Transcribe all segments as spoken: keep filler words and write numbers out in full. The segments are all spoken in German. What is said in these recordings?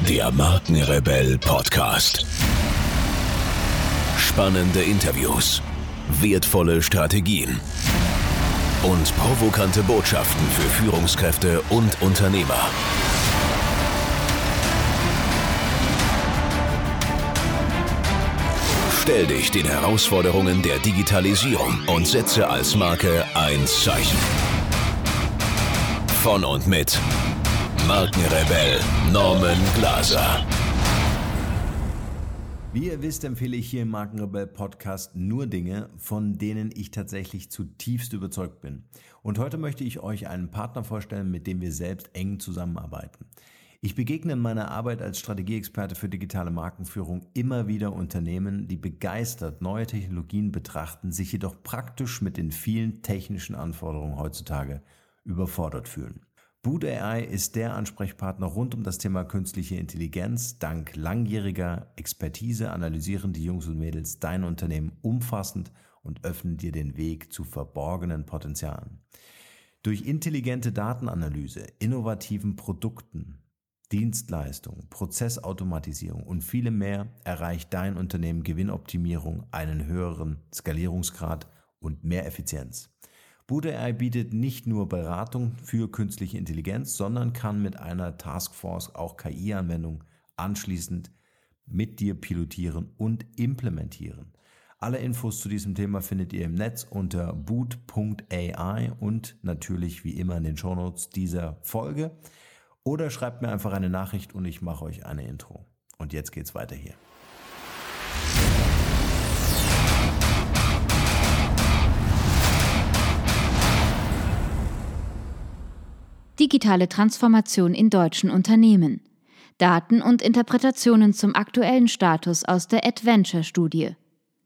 Der Markenrebell Podcast. Spannende Interviews, wertvolle Strategien und provokante Botschaften für Führungskräfte und Unternehmer. Stell dich den Herausforderungen der Digitalisierung und setze als Marke ein Zeichen. Von und mit Markenrebell Norman Glaser. Wie ihr wisst, empfehle ich hier im Markenrebell Podcast nur Dinge, von denen ich tatsächlich zutiefst überzeugt bin. Und heute möchte ich euch einen Partner vorstellen, mit dem wir selbst eng zusammenarbeiten. Ich begegne in meiner Arbeit als Strategieexperte für digitale Markenführung immer wieder Unternehmen, die begeistert neue Technologien betrachten, sich jedoch praktisch mit den vielen technischen Anforderungen heutzutage überfordert fühlen. Boot A I ist der Ansprechpartner rund um das Thema künstliche Intelligenz. Dank langjähriger Expertise analysieren die Jungs und Mädels dein Unternehmen umfassend und öffnen dir den Weg zu verborgenen Potenzialen. Durch intelligente Datenanalyse, innovativen Produkten, Dienstleistungen, Prozessautomatisierung und viele mehr erreicht dein Unternehmen Gewinnoptimierung, einen höheren Skalierungsgrad und mehr Effizienz. Boot A I bietet nicht nur Beratung für künstliche Intelligenz, sondern kann mit einer Taskforce auch K I-Anwendungen anschließend mit dir pilotieren und implementieren. Alle Infos zu diesem Thema findet ihr im Netz unter boot punkt A I und natürlich wie immer in den Shownotes dieser Folge. Oder schreibt mir einfach eine Nachricht und ich mache euch eine Intro. Und jetzt geht's weiter hier. Digitale Transformation in deutschen Unternehmen. Daten und Interpretationen zum aktuellen Status aus der Adventure-Studie.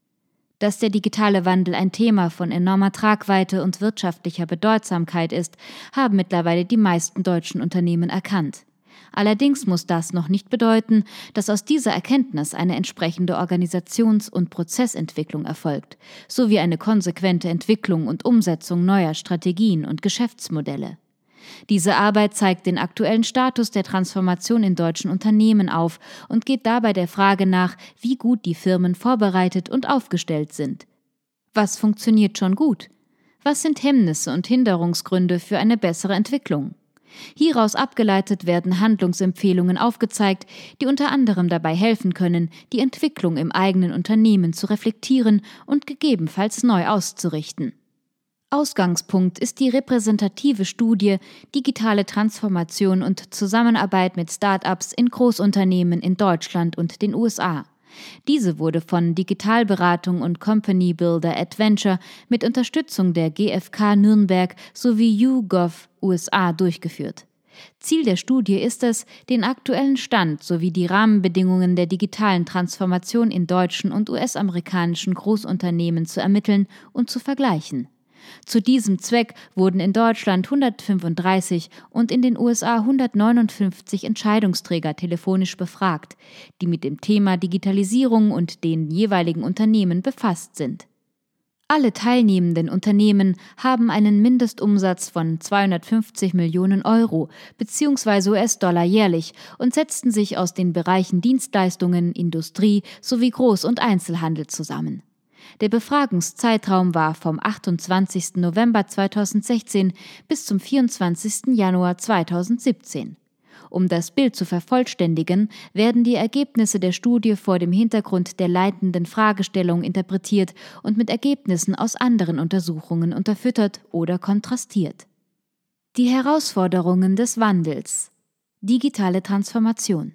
Dass der digitale Wandel ein Thema von enormer Tragweite und wirtschaftlicher Bedeutsamkeit ist, haben mittlerweile die meisten deutschen Unternehmen erkannt. Allerdings muss das noch nicht bedeuten, dass aus dieser Erkenntnis eine entsprechende Organisations- und Prozessentwicklung erfolgt, sowie eine konsequente Entwicklung und Umsetzung neuer Strategien und Geschäftsmodelle. Diese Arbeit zeigt den aktuellen Status der Transformation in deutschen Unternehmen auf und geht dabei der Frage nach, wie gut die Firmen vorbereitet und aufgestellt sind. Was funktioniert schon gut? Was sind Hemmnisse und Hinderungsgründe für eine bessere Entwicklung? Hieraus abgeleitet werden Handlungsempfehlungen aufgezeigt, die unter anderem dabei helfen können, die Entwicklung im eigenen Unternehmen zu reflektieren und gegebenenfalls neu auszurichten. Ausgangspunkt ist die repräsentative Studie Digitale Transformation und Zusammenarbeit mit Start-ups in Großunternehmen in Deutschland und den U S A. Diese wurde von Digitalberatung und Company Builder Adventure mit Unterstützung der G F K Nürnberg sowie YouGov U S A durchgeführt. Ziel der Studie ist es, den aktuellen Stand sowie die Rahmenbedingungen der digitalen Transformation in deutschen und U S-amerikanischen Großunternehmen zu ermitteln und zu vergleichen. Zu diesem Zweck wurden in Deutschland hundertfünfunddreißig und in den U S A hundertneunundfünfzig Entscheidungsträger telefonisch befragt, die mit dem Thema Digitalisierung und den jeweiligen Unternehmen befasst sind. Alle teilnehmenden Unternehmen haben einen Mindestumsatz von zweihundertfünfzig Millionen Euro bzw. U S-Dollar jährlich und setzten sich aus den Bereichen Dienstleistungen, Industrie sowie Groß- und Einzelhandel zusammen. Der Befragungszeitraum war vom achtundzwanzigsten November zweitausendsechzehn bis zum vierundzwanzigsten Januar zweitausendsiebzehn. Um das Bild zu vervollständigen, werden die Ergebnisse der Studie vor dem Hintergrund der leitenden Fragestellung interpretiert und mit Ergebnissen aus anderen Untersuchungen unterfüttert oder kontrastiert. Die Herausforderungen des Wandels. Digitale Transformation.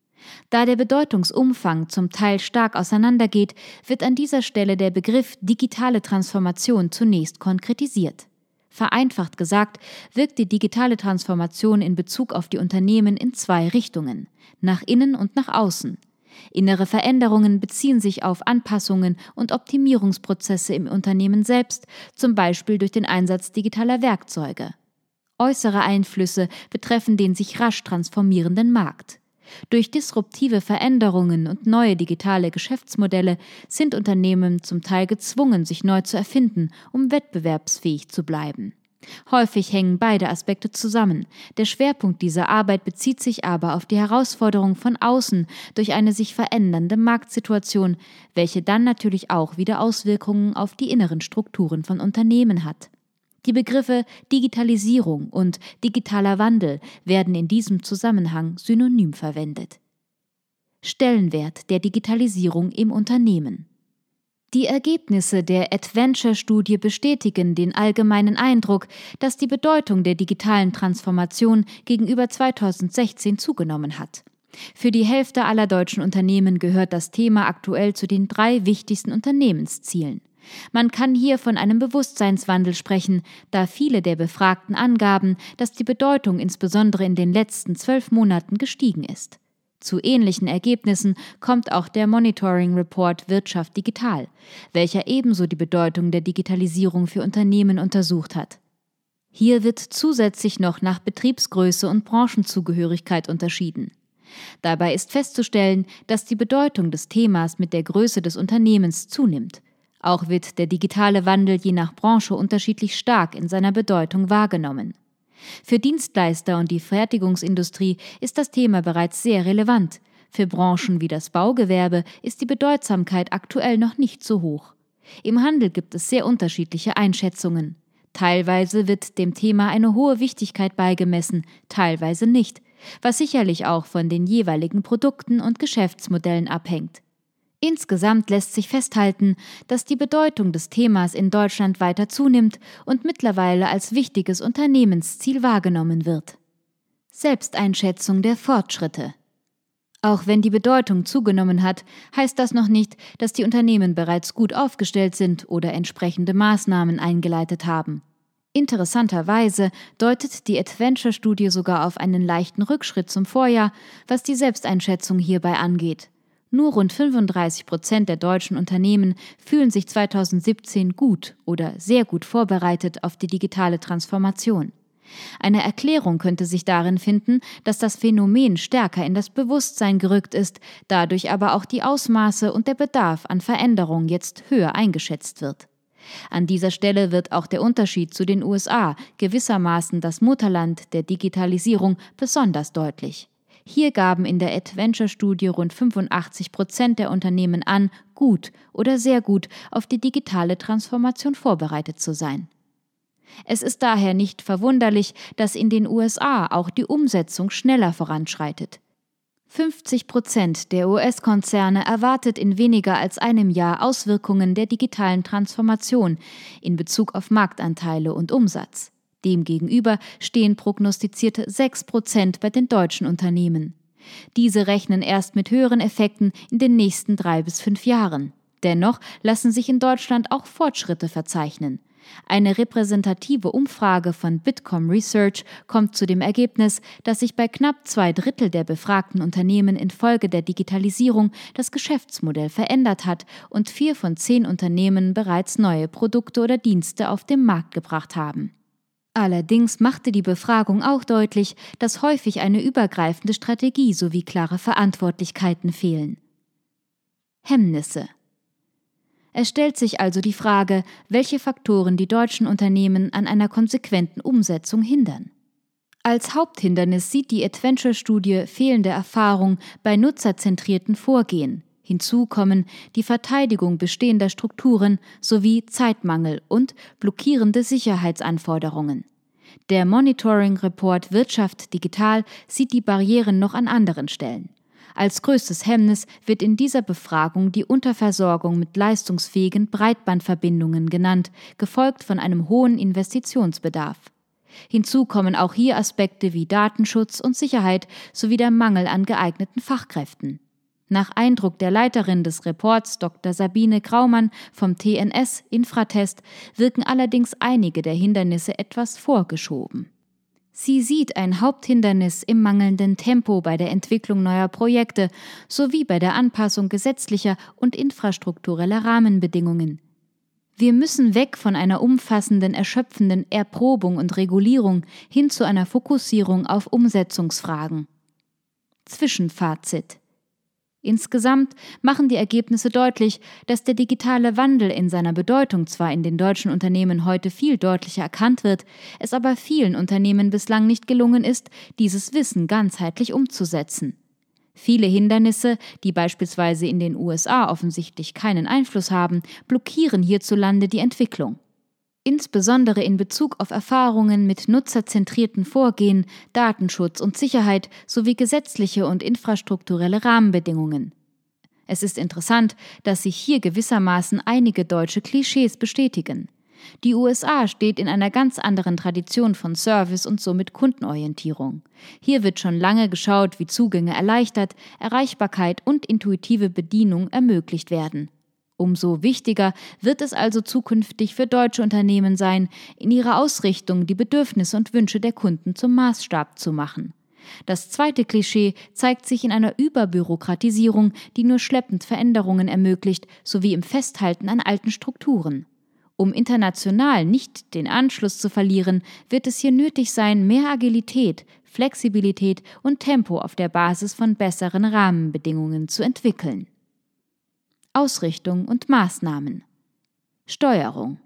Da der Bedeutungsumfang zum Teil stark auseinandergeht, wird an dieser Stelle der Begriff digitale Transformation zunächst konkretisiert. Vereinfacht gesagt, wirkt die digitale Transformation in Bezug auf die Unternehmen in zwei Richtungen, nach innen und nach außen. Innere Veränderungen beziehen sich auf Anpassungen und Optimierungsprozesse im Unternehmen selbst, zum Beispiel durch den Einsatz digitaler Werkzeuge. Äußere Einflüsse betreffen den sich rasch transformierenden Markt. Durch disruptive Veränderungen und neue digitale Geschäftsmodelle sind Unternehmen zum Teil gezwungen, sich neu zu erfinden, um wettbewerbsfähig zu bleiben. Häufig hängen beide Aspekte zusammen. Der Schwerpunkt dieser Arbeit bezieht sich aber auf die Herausforderung von außen durch eine sich verändernde Marktsituation, welche dann natürlich auch wieder Auswirkungen auf die inneren Strukturen von Unternehmen hat. Die Begriffe Digitalisierung und digitaler Wandel werden in diesem Zusammenhang synonym verwendet. Stellenwert der Digitalisierung im Unternehmen. Die Ergebnisse der Adventure-Studie bestätigen den allgemeinen Eindruck, dass die Bedeutung der digitalen Transformation gegenüber zweitausendsechzehn zugenommen hat. Für die Hälfte aller deutschen Unternehmen gehört das Thema aktuell zu den drei wichtigsten Unternehmenszielen. Man kann hier von einem Bewusstseinswandel sprechen, da viele der Befragten angaben, dass die Bedeutung insbesondere in den letzten zwölf Monaten gestiegen ist. Zu ähnlichen Ergebnissen kommt auch der Monitoring Report Wirtschaft digital, welcher ebenso die Bedeutung der Digitalisierung für Unternehmen untersucht hat. Hier wird zusätzlich noch nach Betriebsgröße und Branchenzugehörigkeit unterschieden. Dabei ist festzustellen, dass die Bedeutung des Themas mit der Größe des Unternehmens zunimmt. Auch wird der digitale Wandel je nach Branche unterschiedlich stark in seiner Bedeutung wahrgenommen. Für Dienstleister und die Fertigungsindustrie ist das Thema bereits sehr relevant. Für Branchen wie das Baugewerbe ist die Bedeutsamkeit aktuell noch nicht so hoch. Im Handel gibt es sehr unterschiedliche Einschätzungen. Teilweise wird dem Thema eine hohe Wichtigkeit beigemessen, teilweise nicht, was sicherlich auch von den jeweiligen Produkten und Geschäftsmodellen abhängt. Insgesamt lässt sich festhalten, dass die Bedeutung des Themas in Deutschland weiter zunimmt und mittlerweile als wichtiges Unternehmensziel wahrgenommen wird. Selbsteinschätzung der Fortschritte. Auch wenn die Bedeutung zugenommen hat, heißt das noch nicht, dass die Unternehmen bereits gut aufgestellt sind oder entsprechende Maßnahmen eingeleitet haben. Interessanterweise deutet die Adventure-Studie sogar auf einen leichten Rückschritt zum Vorjahr, was die Selbsteinschätzung hierbei angeht. Nur rund fünfunddreißig Prozent der deutschen Unternehmen fühlen sich zweitausendsiebzehn gut oder sehr gut vorbereitet auf die digitale Transformation. Eine Erklärung könnte sich darin finden, dass das Phänomen stärker in das Bewusstsein gerückt ist, dadurch aber auch die Ausmaße und der Bedarf an Veränderung jetzt höher eingeschätzt wird. An dieser Stelle wird auch der Unterschied zu den U S A, gewissermaßen das Mutterland der Digitalisierung, besonders deutlich. Hier gaben in der Adventure-Studie rund fünfundachtzig Prozent der Unternehmen an, gut oder sehr gut auf die digitale Transformation vorbereitet zu sein. Es ist daher nicht verwunderlich, dass in den U S A auch die Umsetzung schneller voranschreitet. fünfzig Prozent der U S-Konzerne erwartet in weniger als einem Jahr Auswirkungen der digitalen Transformation in Bezug auf Marktanteile und Umsatz. Demgegenüber stehen prognostizierte sechs Prozent bei den deutschen Unternehmen. Diese rechnen erst mit höheren Effekten in den nächsten drei bis fünf Jahren. Dennoch lassen sich in Deutschland auch Fortschritte verzeichnen. Eine repräsentative Umfrage von Bitkom Research kommt zu dem Ergebnis, dass sich bei knapp zwei Drittel der befragten Unternehmen infolge der Digitalisierung das Geschäftsmodell verändert hat und vier von zehn Unternehmen bereits neue Produkte oder Dienste auf den Markt gebracht haben. Allerdings machte die Befragung auch deutlich, dass häufig eine übergreifende Strategie sowie klare Verantwortlichkeiten fehlen. Hemmnisse. Es stellt sich also die Frage, welche Faktoren die deutschen Unternehmen an einer konsequenten Umsetzung hindern. Als Haupthindernis sieht die Adventure-Studie fehlende Erfahrung bei nutzerzentrierten Vorgehen. Hinzu kommen die Verteidigung bestehender Strukturen sowie Zeitmangel und blockierende Sicherheitsanforderungen. Der Monitoring Report Wirtschaft digital sieht die Barrieren noch an anderen Stellen. Als größtes Hemmnis wird in dieser Befragung die Unterversorgung mit leistungsfähigen Breitbandverbindungen genannt, gefolgt von einem hohen Investitionsbedarf. Hinzu kommen auch hier Aspekte wie Datenschutz und Sicherheit sowie der Mangel an geeigneten Fachkräften. Nach Eindruck der Leiterin des Reports, Doktor Sabine Graumann vom T N S Infratest, wirken allerdings einige der Hindernisse etwas vorgeschoben. Sie sieht ein Haupthindernis im mangelnden Tempo bei der Entwicklung neuer Projekte sowie bei der Anpassung gesetzlicher und infrastruktureller Rahmenbedingungen. Wir müssen weg von einer umfassenden, erschöpfenden Erprobung und Regulierung hin zu einer Fokussierung auf Umsetzungsfragen. Zwischenfazit: Insgesamt machen die Ergebnisse deutlich, dass der digitale Wandel in seiner Bedeutung zwar in den deutschen Unternehmen heute viel deutlicher erkannt wird, es aber vielen Unternehmen bislang nicht gelungen ist, dieses Wissen ganzheitlich umzusetzen. Viele Hindernisse, die beispielsweise in den U S A offensichtlich keinen Einfluss haben, blockieren hierzulande die Entwicklung. Insbesondere in Bezug auf Erfahrungen mit nutzerzentrierten Vorgehen, Datenschutz und Sicherheit sowie gesetzliche und infrastrukturelle Rahmenbedingungen. Es ist interessant, dass sich hier gewissermaßen einige deutsche Klischees bestätigen. Die U S A steht in einer ganz anderen Tradition von Service und somit Kundenorientierung. Hier wird schon lange geschaut, wie Zugänge erleichtert, Erreichbarkeit und intuitive Bedienung ermöglicht werden. Umso wichtiger wird es also zukünftig für deutsche Unternehmen sein, in ihrer Ausrichtung die Bedürfnisse und Wünsche der Kunden zum Maßstab zu machen. Das zweite Klischee zeigt sich in einer Überbürokratisierung, die nur schleppend Veränderungen ermöglicht, sowie im Festhalten an alten Strukturen. Um international nicht den Anschluss zu verlieren, wird es hier nötig sein, mehr Agilität, Flexibilität und Tempo auf der Basis von besseren Rahmenbedingungen zu entwickeln. Ausrichtung und Maßnahmen. Steuerung.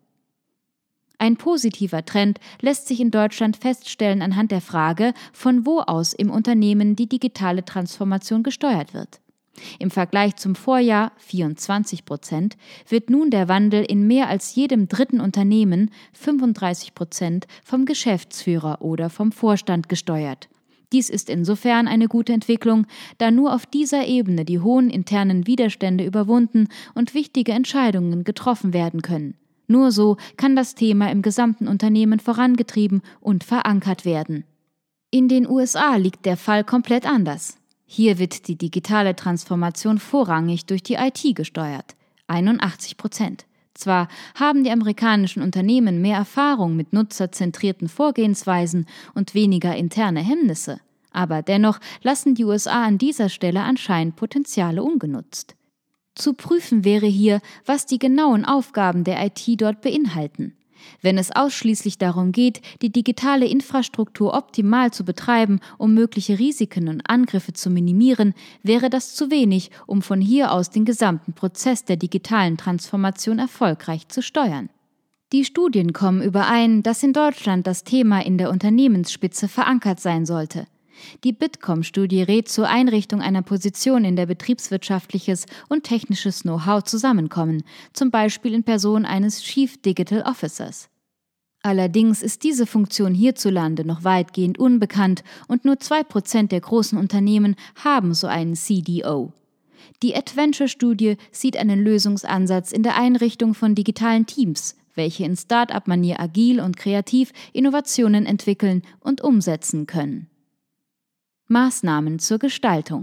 Ein positiver Trend lässt sich in Deutschland feststellen anhand der Frage, von wo aus im Unternehmen die digitale Transformation gesteuert wird. Im Vergleich zum Vorjahr, vierundzwanzig Prozent, wird nun der Wandel in mehr als jedem dritten Unternehmen, fünfunddreißig Prozent, vom Geschäftsführer oder vom Vorstand gesteuert. Dies ist insofern eine gute Entwicklung, da nur auf dieser Ebene die hohen internen Widerstände überwunden und wichtige Entscheidungen getroffen werden können. Nur so kann das Thema im gesamten Unternehmen vorangetrieben und verankert werden. In den U S A liegt der Fall komplett anders. Hier wird die digitale Transformation vorrangig durch die I T gesteuert, einundachtzig Prozent. Zwar haben die amerikanischen Unternehmen mehr Erfahrung mit nutzerzentrierten Vorgehensweisen und weniger interne Hemmnisse, aber dennoch lassen die U S A an dieser Stelle anscheinend Potenziale ungenutzt. Zu prüfen wäre hier, was die genauen Aufgaben der I T dort beinhalten. Wenn es ausschließlich darum geht, die digitale Infrastruktur optimal zu betreiben, um mögliche Risiken und Angriffe zu minimieren, wäre das zu wenig, um von hier aus den gesamten Prozess der digitalen Transformation erfolgreich zu steuern. Die Studien kommen überein, dass in Deutschland das Thema in der Unternehmensspitze verankert sein sollte. Die Bitkom-Studie rät zur Einrichtung einer Position, in der betriebswirtschaftliches und technisches Know-how zusammenkommen, zum Beispiel in Person eines Chief Digital Officers. Allerdings ist diese Funktion hierzulande noch weitgehend unbekannt und nur zwei Prozent der großen Unternehmen haben so einen C D O. Die Adventure-Studie sieht einen Lösungsansatz in der Einrichtung von digitalen Teams, welche in Start-up-Manier agil und kreativ Innovationen entwickeln und umsetzen können. Maßnahmen zur Gestaltung.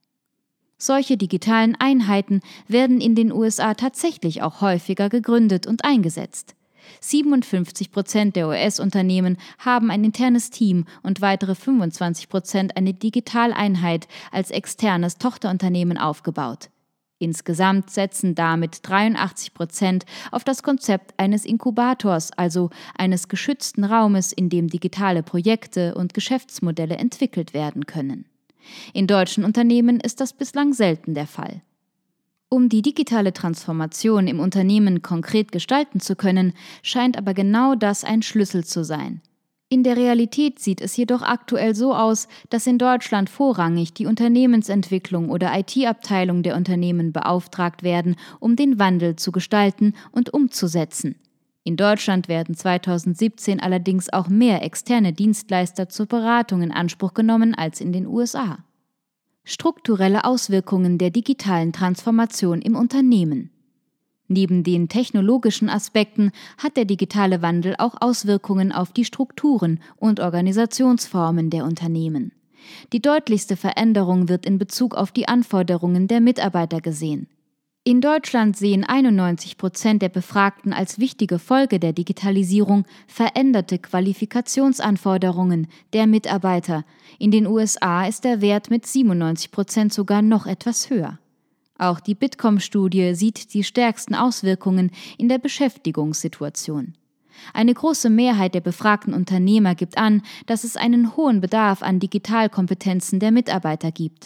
Solche digitalen Einheiten werden in den U S A tatsächlich auch häufiger gegründet und eingesetzt. siebenundfünfzig Prozent der U S-Unternehmen haben ein internes Team und weitere fünfundzwanzig Prozent eine Digitaleinheit als externes Tochterunternehmen aufgebaut. Insgesamt setzen damit dreiundachtzig Prozent auf das Konzept eines Inkubators, also eines geschützten Raumes, in dem digitale Projekte und Geschäftsmodelle entwickelt werden können. In deutschen Unternehmen ist das bislang selten der Fall. Um die digitale Transformation im Unternehmen konkret gestalten zu können, scheint aber genau das ein Schlüssel zu sein. In der Realität sieht es jedoch aktuell so aus, dass in Deutschland vorrangig die Unternehmensentwicklung oder I T-Abteilung der Unternehmen beauftragt werden, um den Wandel zu gestalten und umzusetzen. In Deutschland werden zweitausendsiebzehn allerdings auch mehr externe Dienstleister zur Beratung in Anspruch genommen als in den U S A. Strukturelle Auswirkungen der digitalen Transformation im Unternehmen. Neben den technologischen Aspekten hat der digitale Wandel auch Auswirkungen auf die Strukturen und Organisationsformen der Unternehmen. Die deutlichste Veränderung wird in Bezug auf die Anforderungen der Mitarbeiter gesehen. In Deutschland sehen einundneunzig Prozent der Befragten als wichtige Folge der Digitalisierung veränderte Qualifikationsanforderungen der Mitarbeiter. In den U S A ist der Wert mit siebenundneunzig Prozent sogar noch etwas höher. Auch die Bitkom-Studie sieht die stärksten Auswirkungen in der Beschäftigungssituation. Eine große Mehrheit der befragten Unternehmer gibt an, dass es einen hohen Bedarf an Digitalkompetenzen der Mitarbeiter gibt.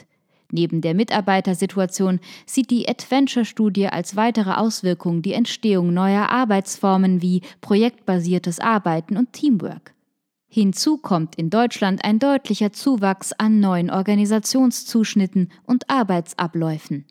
Neben der Mitarbeitersituation sieht die Adventure-Studie als weitere Auswirkung die Entstehung neuer Arbeitsformen wie projektbasiertes Arbeiten und Teamwork. Hinzu kommt in Deutschland ein deutlicher Zuwachs an neuen Organisationszuschnitten und Arbeitsabläufen.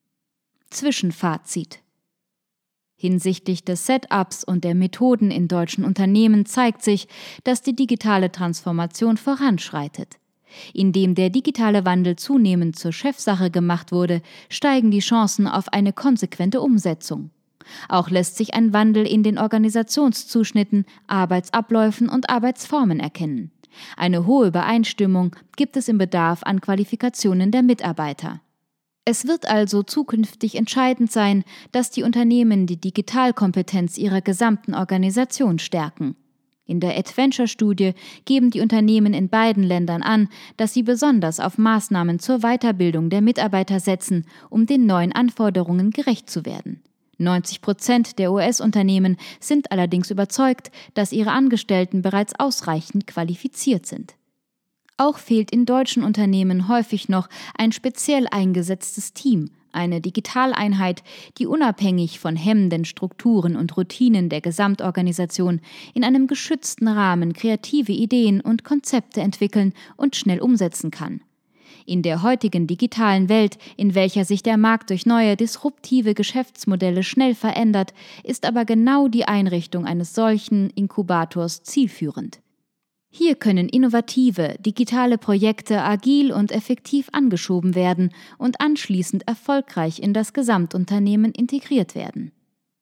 Zwischenfazit: Hinsichtlich des Setups und der Methoden in deutschen Unternehmen zeigt sich, dass die digitale Transformation voranschreitet. Indem der digitale Wandel zunehmend zur Chefsache gemacht wurde, steigen die Chancen auf eine konsequente Umsetzung. Auch lässt sich ein Wandel in den Organisationszuschnitten, Arbeitsabläufen und Arbeitsformen erkennen. Eine hohe Übereinstimmung gibt es im Bedarf an Qualifikationen der Mitarbeiter. Es wird also zukünftig entscheidend sein, dass die Unternehmen die Digitalkompetenz ihrer gesamten Organisation stärken. In der Adventure-Studie geben die Unternehmen in beiden Ländern an, dass sie besonders auf Maßnahmen zur Weiterbildung der Mitarbeiter setzen, um den neuen Anforderungen gerecht zu werden. neunzig Prozent der U S-Unternehmen sind allerdings überzeugt, dass ihre Angestellten bereits ausreichend qualifiziert sind. Auch fehlt in deutschen Unternehmen häufig noch ein speziell eingesetztes Team, eine Digitaleinheit, die unabhängig von hemmenden Strukturen und Routinen der Gesamtorganisation in einem geschützten Rahmen kreative Ideen und Konzepte entwickeln und schnell umsetzen kann. In der heutigen digitalen Welt, in welcher sich der Markt durch neue disruptive Geschäftsmodelle schnell verändert, ist aber genau die Einrichtung eines solchen Inkubators zielführend. Hier können innovative, digitale Projekte agil und effektiv angeschoben werden und anschließend erfolgreich in das Gesamtunternehmen integriert werden.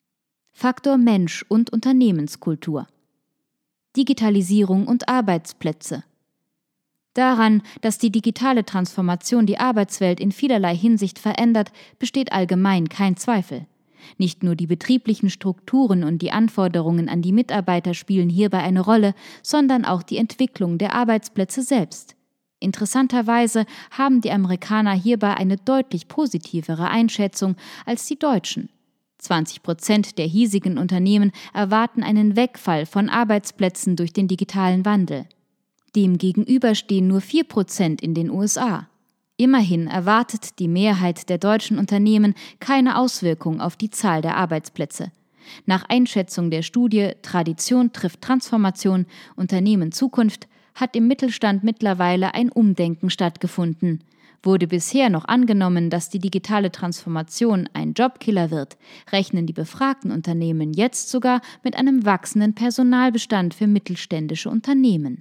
Faktor Mensch und Unternehmenskultur. Digitalisierung und Arbeitsplätze. Daran, dass die digitale Transformation die Arbeitswelt in vielerlei Hinsicht verändert, besteht allgemein kein Zweifel. Nicht nur die betrieblichen Strukturen und die Anforderungen an die Mitarbeiter spielen hierbei eine Rolle, sondern auch die Entwicklung der Arbeitsplätze selbst. Interessanterweise haben die Amerikaner hierbei eine deutlich positivere Einschätzung als die Deutschen. zwanzig Prozent der hiesigen Unternehmen erwarten einen Wegfall von Arbeitsplätzen durch den digitalen Wandel. Demgegenüber stehen nur vier Prozent in den U S A. Immerhin erwartet die Mehrheit der deutschen Unternehmen keine Auswirkung auf die Zahl der Arbeitsplätze. Nach Einschätzung der Studie Tradition trifft Transformation, Unternehmen Zukunft hat im Mittelstand mittlerweile ein Umdenken stattgefunden. Wurde bisher noch angenommen, dass die digitale Transformation ein Jobkiller wird, rechnen die befragten Unternehmen jetzt sogar mit einem wachsenden Personalbestand für mittelständische Unternehmen.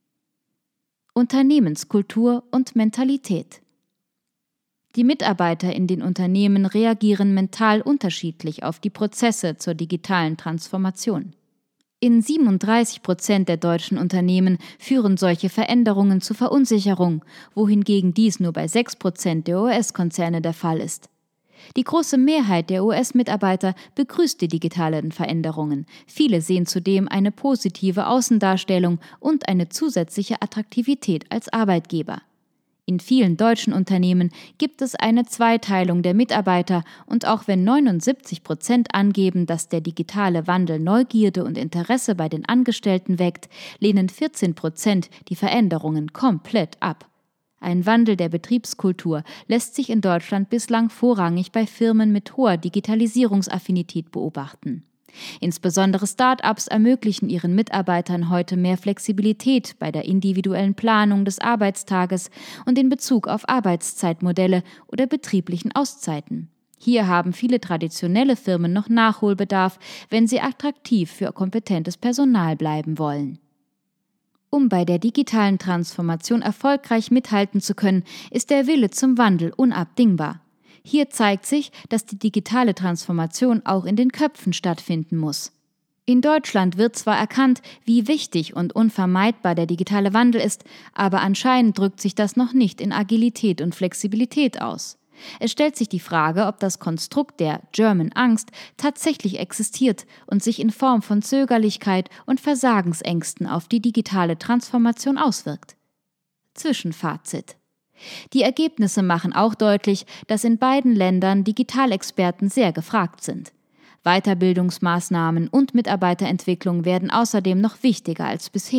Unternehmenskultur und Mentalität. Die Mitarbeiter in den Unternehmen reagieren mental unterschiedlich auf die Prozesse zur digitalen Transformation. In siebenunddreißig Prozent der deutschen Unternehmen führen solche Veränderungen zu Verunsicherung, wohingegen dies nur bei sechs Prozent der U S-Konzerne der Fall ist. Die große Mehrheit der U S-Mitarbeiter begrüßt die digitalen Veränderungen. Viele sehen zudem eine positive Außendarstellung und eine zusätzliche Attraktivität als Arbeitgeber. In vielen deutschen Unternehmen gibt es eine Zweiteilung der Mitarbeiter und auch wenn neunundsiebzig Prozent angeben, dass der digitale Wandel Neugierde und Interesse bei den Angestellten weckt, lehnen vierzehn Prozent die Veränderungen komplett ab. Ein Wandel der Betriebskultur lässt sich in Deutschland bislang vorrangig bei Firmen mit hoher Digitalisierungsaffinität beobachten. Insbesondere Start-ups ermöglichen ihren Mitarbeitern heute mehr Flexibilität bei der individuellen Planung des Arbeitstages und in Bezug auf Arbeitszeitmodelle oder betrieblichen Auszeiten. Hier haben viele traditionelle Firmen noch Nachholbedarf, wenn sie attraktiv für kompetentes Personal bleiben wollen. Um bei der digitalen Transformation erfolgreich mithalten zu können, ist der Wille zum Wandel unabdingbar. Hier zeigt sich, dass die digitale Transformation auch in den Köpfen stattfinden muss. In Deutschland wird zwar erkannt, wie wichtig und unvermeidbar der digitale Wandel ist, aber anscheinend drückt sich das noch nicht in Agilität und Flexibilität aus. Es stellt sich die Frage, ob das Konstrukt der German Angst tatsächlich existiert und sich in Form von Zögerlichkeit und Versagensängsten auf die digitale Transformation auswirkt. Zwischenfazit. Die Ergebnisse machen auch deutlich, dass in beiden Ländern Digitalexperten sehr gefragt sind. Weiterbildungsmaßnahmen und Mitarbeiterentwicklung werden außerdem noch wichtiger als bisher.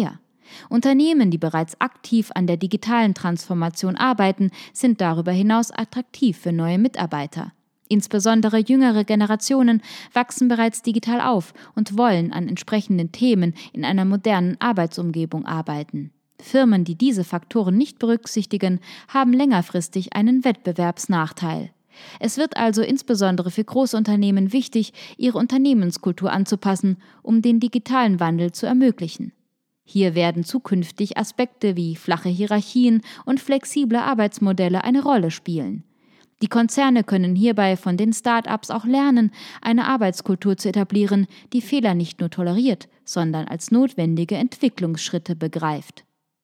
Unternehmen, die bereits aktiv an der digitalen Transformation arbeiten, sind darüber hinaus attraktiv für neue Mitarbeiter. Insbesondere jüngere Generationen wachsen bereits digital auf und wollen an entsprechenden Themen in einer modernen Arbeitsumgebung arbeiten. Firmen, die diese Faktoren nicht berücksichtigen, haben längerfristig einen Wettbewerbsnachteil. Es wird also insbesondere für Großunternehmen wichtig, ihre Unternehmenskultur anzupassen, um den digitalen Wandel zu ermöglichen. Hier werden zukünftig Aspekte wie flache Hierarchien und flexible Arbeitsmodelle eine Rolle spielen. Die Konzerne können hierbei von den Start-ups auch lernen, eine Arbeitskultur zu etablieren, die Fehler nicht nur toleriert, sondern als notwendige Entwicklungsschritte begreift.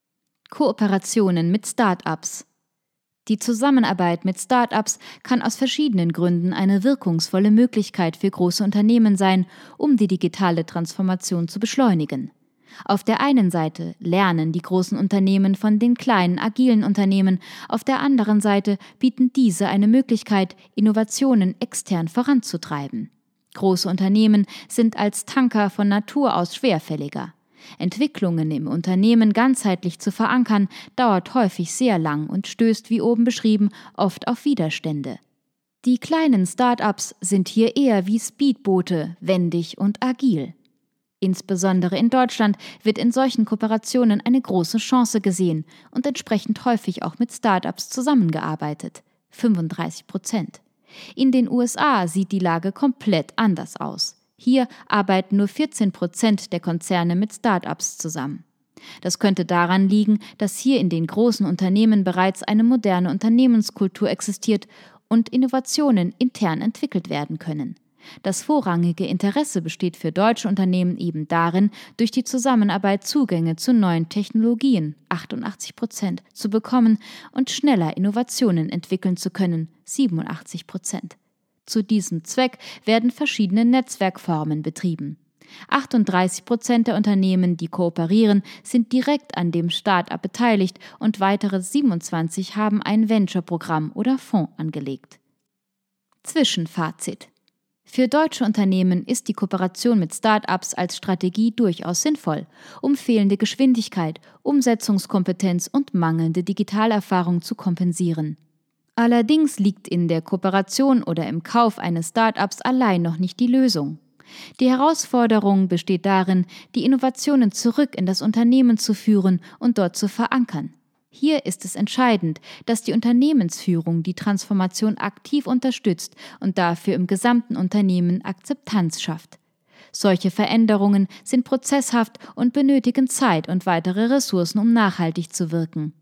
Kooperationen mit Start-ups. Die Zusammenarbeit mit Start-ups kann aus verschiedenen Gründen eine wirkungsvolle Möglichkeit für große Unternehmen sein, um die digitale Transformation zu beschleunigen. Auf der einen Seite lernen die großen Unternehmen von den kleinen, agilen Unternehmen, auf der anderen Seite bieten diese eine Möglichkeit, Innovationen extern voranzutreiben. Große Unternehmen sind als Tanker von Natur aus schwerfälliger. Entwicklungen im Unternehmen ganzheitlich zu verankern, dauert häufig sehr lang und stößt, wie oben beschrieben, oft auf Widerstände. Die kleinen Start-ups sind hier eher wie Speedboote, wendig und agil. Insbesondere in Deutschland wird in solchen Kooperationen eine große Chance gesehen und entsprechend häufig auch mit Start-ups zusammengearbeitet, fünfunddreißig Prozent. In den U S A sieht die Lage komplett anders aus. Hier arbeiten nur vierzehn Prozent der Konzerne mit Start-ups zusammen. Das könnte daran liegen, dass hier in den großen Unternehmen bereits eine moderne Unternehmenskultur existiert und Innovationen intern entwickelt werden können. Das vorrangige Interesse besteht für deutsche Unternehmen eben darin, durch die Zusammenarbeit Zugänge zu neuen Technologien, achtundachtzig Prozent, zu bekommen und schneller Innovationen entwickeln zu können, siebenundachtzig Prozent. Zu diesem Zweck werden verschiedene Netzwerkformen betrieben. achtunddreißig Prozent der Unternehmen, die kooperieren, sind direkt an dem Start-up beteiligt und weitere siebenundzwanzig haben ein Venture-Programm oder Fonds angelegt. Zwischenfazit. Für deutsche Unternehmen ist die Kooperation mit Start-ups als Strategie durchaus sinnvoll, um fehlende Geschwindigkeit, Umsetzungskompetenz und mangelnde Digitalerfahrung zu kompensieren. Allerdings liegt in der Kooperation oder im Kauf eines Start-ups allein noch nicht die Lösung. Die Herausforderung besteht darin, die Innovationen zurück in das Unternehmen zu führen und dort zu verankern. Hier ist es entscheidend, dass die Unternehmensführung die Transformation aktiv unterstützt und dafür im gesamten Unternehmen Akzeptanz schafft. Solche Veränderungen sind prozesshaft und benötigen Zeit und weitere Ressourcen, um nachhaltig zu wirken.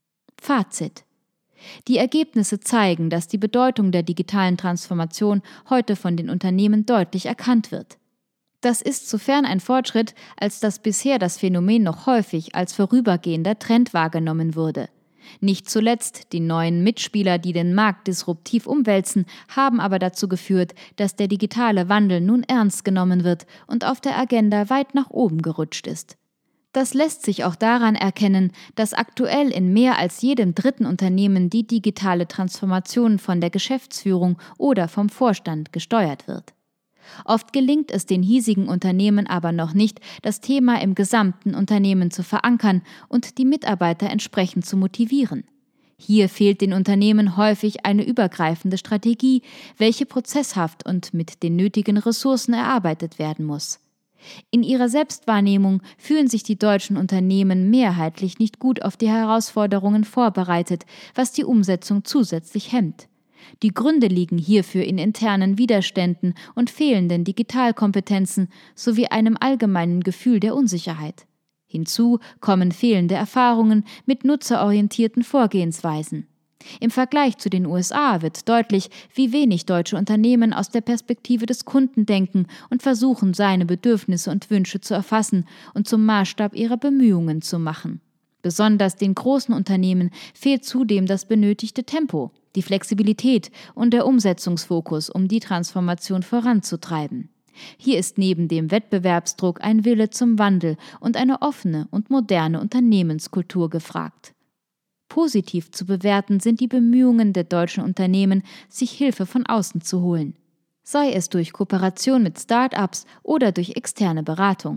Fazit. Die Ergebnisse zeigen, dass die Bedeutung der digitalen Transformation heute von den Unternehmen deutlich erkannt wird. Das ist sofern ein Fortschritt, als dass bisher das Phänomen noch häufig als vorübergehender Trend wahrgenommen wurde. Nicht zuletzt die neuen Mitspieler, die den Markt disruptiv umwälzen, haben aber dazu geführt, dass der digitale Wandel nun ernst genommen wird und auf der Agenda weit nach oben gerutscht ist. Das lässt sich auch daran erkennen, dass aktuell in mehr als jedem dritten Unternehmen die digitale Transformation von der Geschäftsführung oder vom Vorstand gesteuert wird. Oft gelingt es den hiesigen Unternehmen aber noch nicht, das Thema im gesamten Unternehmen zu verankern und die Mitarbeiter entsprechend zu motivieren. Hier fehlt den Unternehmen häufig eine übergreifende Strategie, welche prozesshaft und mit den nötigen Ressourcen erarbeitet werden muss. In ihrer Selbstwahrnehmung fühlen sich die deutschen Unternehmen mehrheitlich nicht gut auf die Herausforderungen vorbereitet, was die Umsetzung zusätzlich hemmt. Die Gründe liegen hierfür in internen Widerständen und fehlenden Digitalkompetenzen sowie einem allgemeinen Gefühl der Unsicherheit. Hinzu kommen fehlende Erfahrungen mit nutzerorientierten Vorgehensweisen. Im Vergleich zu den U S A wird deutlich, wie wenig deutsche Unternehmen aus der Perspektive des Kunden denken und versuchen, seine Bedürfnisse und Wünsche zu erfassen und zum Maßstab ihrer Bemühungen zu machen. Besonders den großen Unternehmen fehlt zudem das benötigte Tempo, die Flexibilität und der Umsetzungsfokus, um die Transformation voranzutreiben. Hier ist neben dem Wettbewerbsdruck ein Wille zum Wandel und eine offene und moderne Unternehmenskultur gefragt. Positiv zu bewerten sind die Bemühungen der deutschen Unternehmen, sich Hilfe von außen zu holen. Sei es durch Kooperation mit Start-ups oder durch externe Beratung.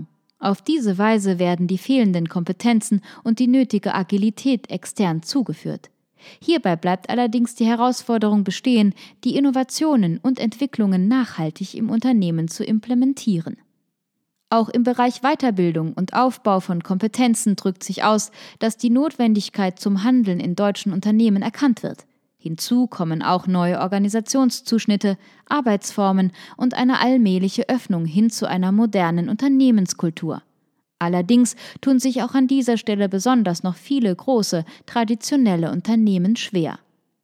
Auf diese Weise werden die fehlenden Kompetenzen und die nötige Agilität extern zugeführt. Hierbei bleibt allerdings die Herausforderung bestehen, die Innovationen und Entwicklungen nachhaltig im Unternehmen zu implementieren. Auch im Bereich Weiterbildung und Aufbau von Kompetenzen drückt sich aus, dass die Notwendigkeit zum Handeln in deutschen Unternehmen erkannt wird. Hinzu kommen auch neue Organisationszuschnitte, Arbeitsformen und eine allmähliche Öffnung hin zu einer modernen Unternehmenskultur. Allerdings tun sich auch an dieser Stelle besonders noch viele große, traditionelle Unternehmen schwer.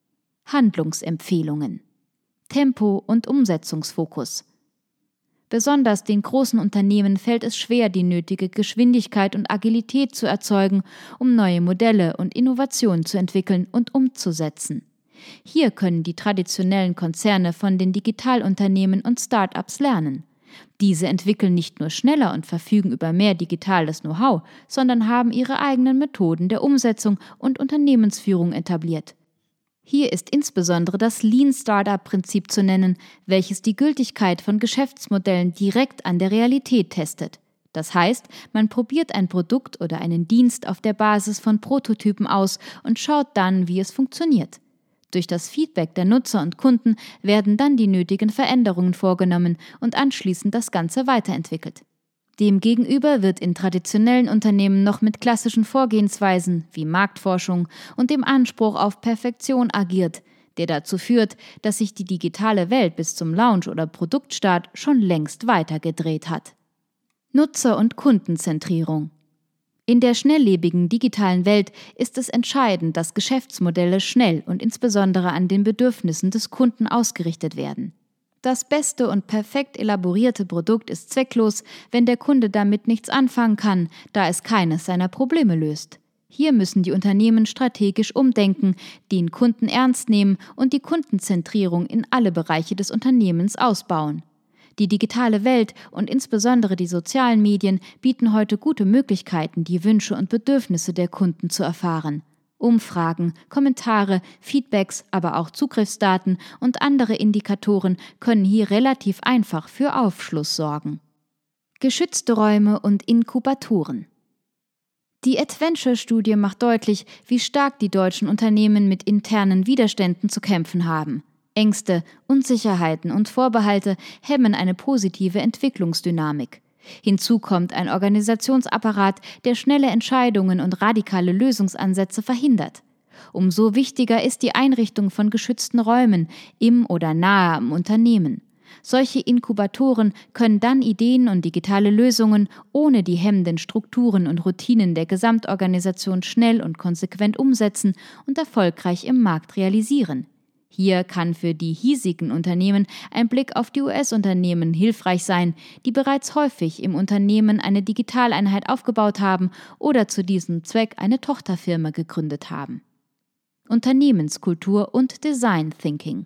Handlungsempfehlungen. Tempo und Umsetzungsfokus. Besonders den großen Unternehmen fällt es schwer, die nötige Geschwindigkeit und Agilität zu erzeugen, um neue Modelle und Innovationen zu entwickeln und umzusetzen. Hier können die traditionellen Konzerne von den Digitalunternehmen und Start-ups lernen. Diese entwickeln nicht nur schneller und verfügen über mehr digitales Know-how, sondern haben ihre eigenen Methoden der Umsetzung und Unternehmensführung etabliert. Hier ist insbesondere das Lean-Startup-Prinzip zu nennen, welches die Gültigkeit von Geschäftsmodellen direkt an der Realität testet. Das heißt, man probiert ein Produkt oder einen Dienst auf der Basis von Prototypen aus und schaut dann, wie es funktioniert. Durch das Feedback der Nutzer und Kunden werden dann die nötigen Veränderungen vorgenommen und anschließend das Ganze weiterentwickelt. Demgegenüber wird in traditionellen Unternehmen noch mit klassischen Vorgehensweisen wie Marktforschung und dem Anspruch auf Perfektion agiert, der dazu führt, dass sich die digitale Welt bis zum Launch oder Produktstart schon längst weitergedreht hat. Nutzer- und Kundenzentrierung. In der schnelllebigen digitalen Welt ist es entscheidend, dass Geschäftsmodelle schnell und insbesondere an den Bedürfnissen des Kunden ausgerichtet werden. Das beste und perfekt elaborierte Produkt ist zwecklos, wenn der Kunde damit nichts anfangen kann, da es keines seiner Probleme löst. Hier müssen die Unternehmen strategisch umdenken, den Kunden ernst nehmen und die Kundenzentrierung in alle Bereiche des Unternehmens ausbauen. Die digitale Welt und insbesondere die sozialen Medien bieten heute gute Möglichkeiten, die Wünsche und Bedürfnisse der Kunden zu erfahren. Umfragen, Kommentare, Feedbacks, aber auch Zugriffsdaten und andere Indikatoren können hier relativ einfach für Aufschluss sorgen. Geschützte Räume und Inkubatoren. Die Adventure-Studie macht deutlich, wie stark die deutschen Unternehmen mit internen Widerständen zu kämpfen haben. Ängste, Unsicherheiten und Vorbehalte hemmen eine positive Entwicklungsdynamik. Hinzu kommt ein Organisationsapparat, der schnelle Entscheidungen und radikale Lösungsansätze verhindert. Umso wichtiger ist die Einrichtung von geschützten Räumen im oder nahe am Unternehmen. Solche Inkubatoren können dann Ideen und digitale Lösungen ohne die hemmenden Strukturen und Routinen der Gesamtorganisation schnell und konsequent umsetzen und erfolgreich im Markt realisieren. Hier kann für die hiesigen Unternehmen ein Blick auf die U S-Unternehmen hilfreich sein, die bereits häufig im Unternehmen eine Digitaleinheit aufgebaut haben oder zu diesem Zweck eine Tochterfirma gegründet haben. Unternehmenskultur und Design Thinking.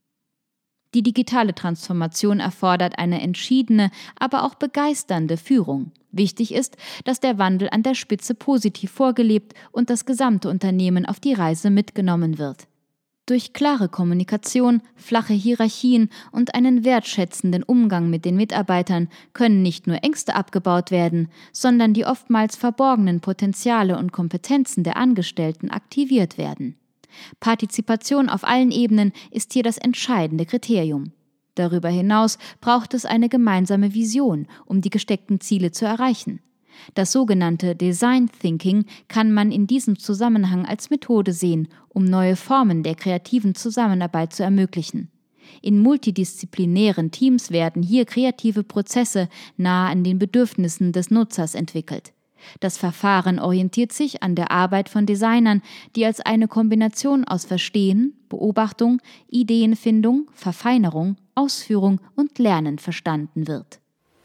Die digitale Transformation erfordert eine entschiedene, aber auch begeisternde Führung. Wichtig ist, dass der Wandel an der Spitze positiv vorgelebt und das gesamte Unternehmen auf die Reise mitgenommen wird. Durch klare Kommunikation, flache Hierarchien und einen wertschätzenden Umgang mit den Mitarbeitern können nicht nur Ängste abgebaut werden, sondern die oftmals verborgenen Potenziale und Kompetenzen der Angestellten aktiviert werden. Partizipation auf allen Ebenen ist hier das entscheidende Kriterium. Darüber hinaus braucht es eine gemeinsame Vision, um die gesteckten Ziele zu erreichen. Das sogenannte Design Thinking kann man in diesem Zusammenhang als Methode sehen, um neue Formen der kreativen Zusammenarbeit zu ermöglichen. In multidisziplinären Teams werden hier kreative Prozesse nahe an den Bedürfnissen des Nutzers entwickelt. Das Verfahren orientiert sich an der Arbeit von Designern, die als eine Kombination aus Verstehen, Beobachtung, Ideenfindung, Verfeinerung, Ausführung und Lernen verstanden wird.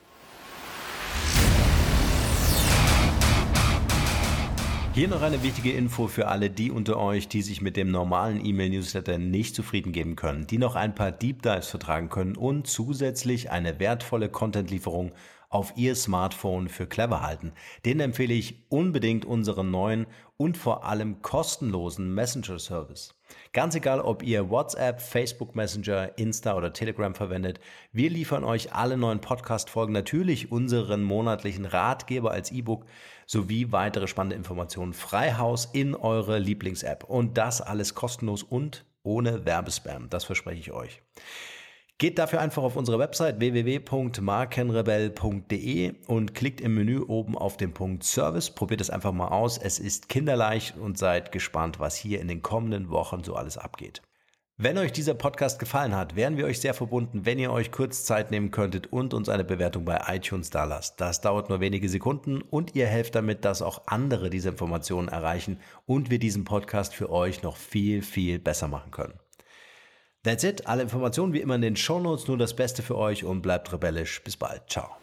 Hier noch eine wichtige Info für alle die unter euch, die sich mit dem normalen E-Mail-Newsletter nicht zufrieden geben können, die noch ein paar Deep Dives vertragen können und zusätzlich eine wertvolle Content-Lieferung auf Ihr Smartphone für clever halten. Denen empfehle ich unbedingt unseren neuen und vor allem kostenlosen Messenger-Service. Ganz egal, ob ihr WhatsApp, Facebook Messenger, Insta oder Telegram verwendet, wir liefern euch alle neuen Podcast-Folgen, natürlich unseren monatlichen Ratgeber als E-Book sowie weitere spannende Informationen frei Haus in eure Lieblings-App. Und das alles kostenlos und ohne Werbespam, das verspreche ich euch. Geht dafür einfach auf unsere Website w w w punkt markenrebell punkt d e und klickt im Menü oben auf den Punkt Service. Probiert es einfach mal aus. Es ist kinderleicht und seid gespannt, was hier in den kommenden Wochen so alles abgeht. Wenn euch dieser Podcast gefallen hat, wären wir euch sehr verbunden, wenn ihr euch kurz Zeit nehmen könntet und uns eine Bewertung bei iTunes dalasst. Das dauert nur wenige Sekunden und ihr helft damit, dass auch andere diese Informationen erreichen und wir diesen Podcast für euch noch viel, viel besser machen können. That's it. Alle Informationen wie immer in den Shownotes. Nur das Beste für euch und bleibt rebellisch. Bis bald. Ciao.